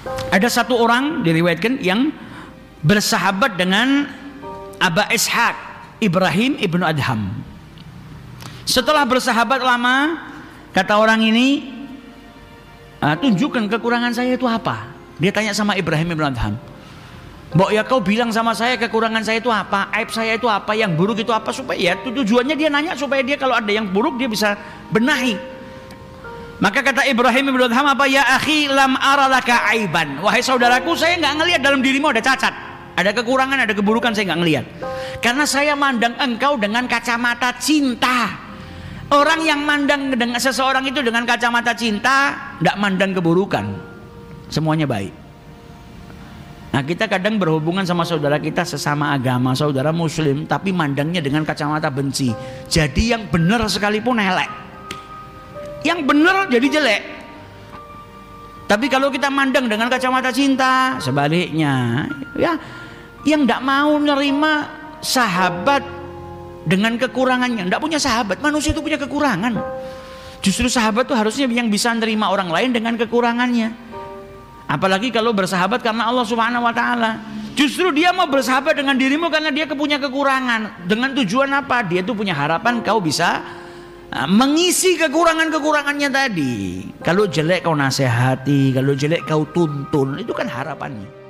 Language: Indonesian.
Ada satu orang diriwayatkan yang bersahabat dengan Aba Ishaq, Ibrahim ibnu Adham. Setelah bersahabat lama, kata orang ini, tunjukkan kekurangan saya itu apa. Dia tanya sama Ibrahim ibnu Adham, Mbok ya kau bilang sama saya kekurangan saya itu apa, aib saya itu apa, yang buruk itu apa, supaya ya tujuannya dia nanya supaya dia kalau ada yang buruk dia bisa benahi. Maka kata Ibrahim ibnu Adham, apa ya akhi lam aralaka aiban, wahai saudaraku, saya nggak ngelihat dalam dirimu ada cacat, ada kekurangan, ada keburukan, saya nggak ngelihat, karena saya mandang engkau dengan kacamata cinta. Orang yang mandang dengan seseorang itu dengan kacamata cinta, nggak mandang keburukan, semuanya baik. Nah, kita kadang berhubungan sama saudara kita sesama agama, saudara muslim, tapi mandangnya dengan kacamata benci. Jadi yang benar sekalipun elek, yang benar jadi jelek. Tapi kalau kita mandang dengan kacamata cinta, sebaliknya, ya, yang tidak mau menerima sahabat dengan kekurangannya, tidak punya sahabat. Manusia itu punya kekurangan. Justru sahabat itu harusnya yang bisa menerima orang lain dengan kekurangannya. Apalagi kalau bersahabat karena Allah Subhanahu wa taala. Justru dia mau bersahabat dengan dirimu karena dia punya kekurangan. Dengan tujuan apa? Dia tuh punya harapan kau bisa mengisi kekurangan-kekurangannya tadi. Kalau jelek kau nasihati, kalau jelek kau tuntun, itu kan harapannya.